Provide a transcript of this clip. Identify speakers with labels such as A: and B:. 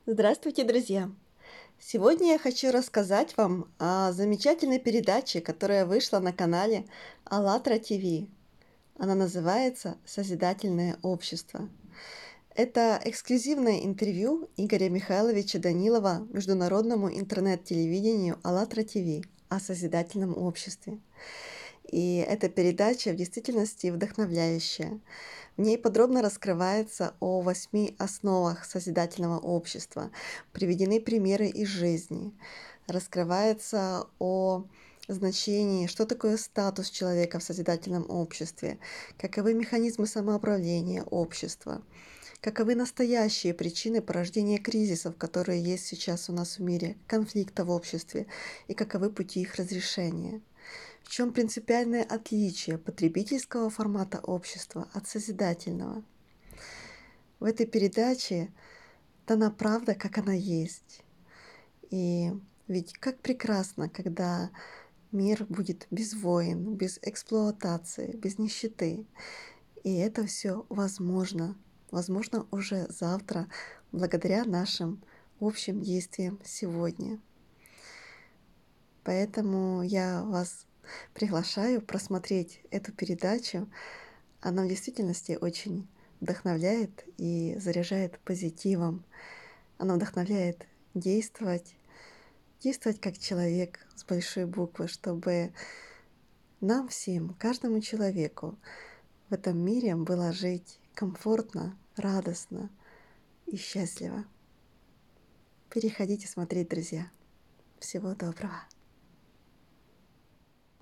A: Здравствуйте, друзья! Сегодня я хочу рассказать вам о замечательной передаче, которая вышла на канале АЛЛАТРА ТВ. Она называется «Созидательное общество». Это эксклюзивное интервью Игоря Михайловича Данилова международному интернет-телевидению АЛЛАТРА ТВ о созидательном обществе. И эта передача в действительности вдохновляющая. В ней подробно раскрывается о 8 основах созидательного общества, приведены примеры из жизни, раскрывается о значении, что такое статус человека в созидательном обществе, каковы механизмы самоуправления общества, каковы настоящие причины порождения кризисов, которые есть сейчас у нас в мире, конфликта в обществе, и каковы пути их разрешения. В чем принципиальное отличие потребительского формата общества от созидательного? В этой передаче дана правда, как она есть. И ведь как прекрасно, когда мир будет без войн, без эксплуатации, без нищеты. И это все возможно. Возможно уже завтра, благодаря нашим общим действиям сегодня. Поэтому я вас приглашаю просмотреть эту передачу. Она в действительности очень вдохновляет и заряжает позитивом. Она вдохновляет действовать, действовать как человек с большой буквы, чтобы нам всем, каждому человеку в этом мире было жить комфортно, радостно и счастливо. Переходите смотреть, друзья. Всего доброго.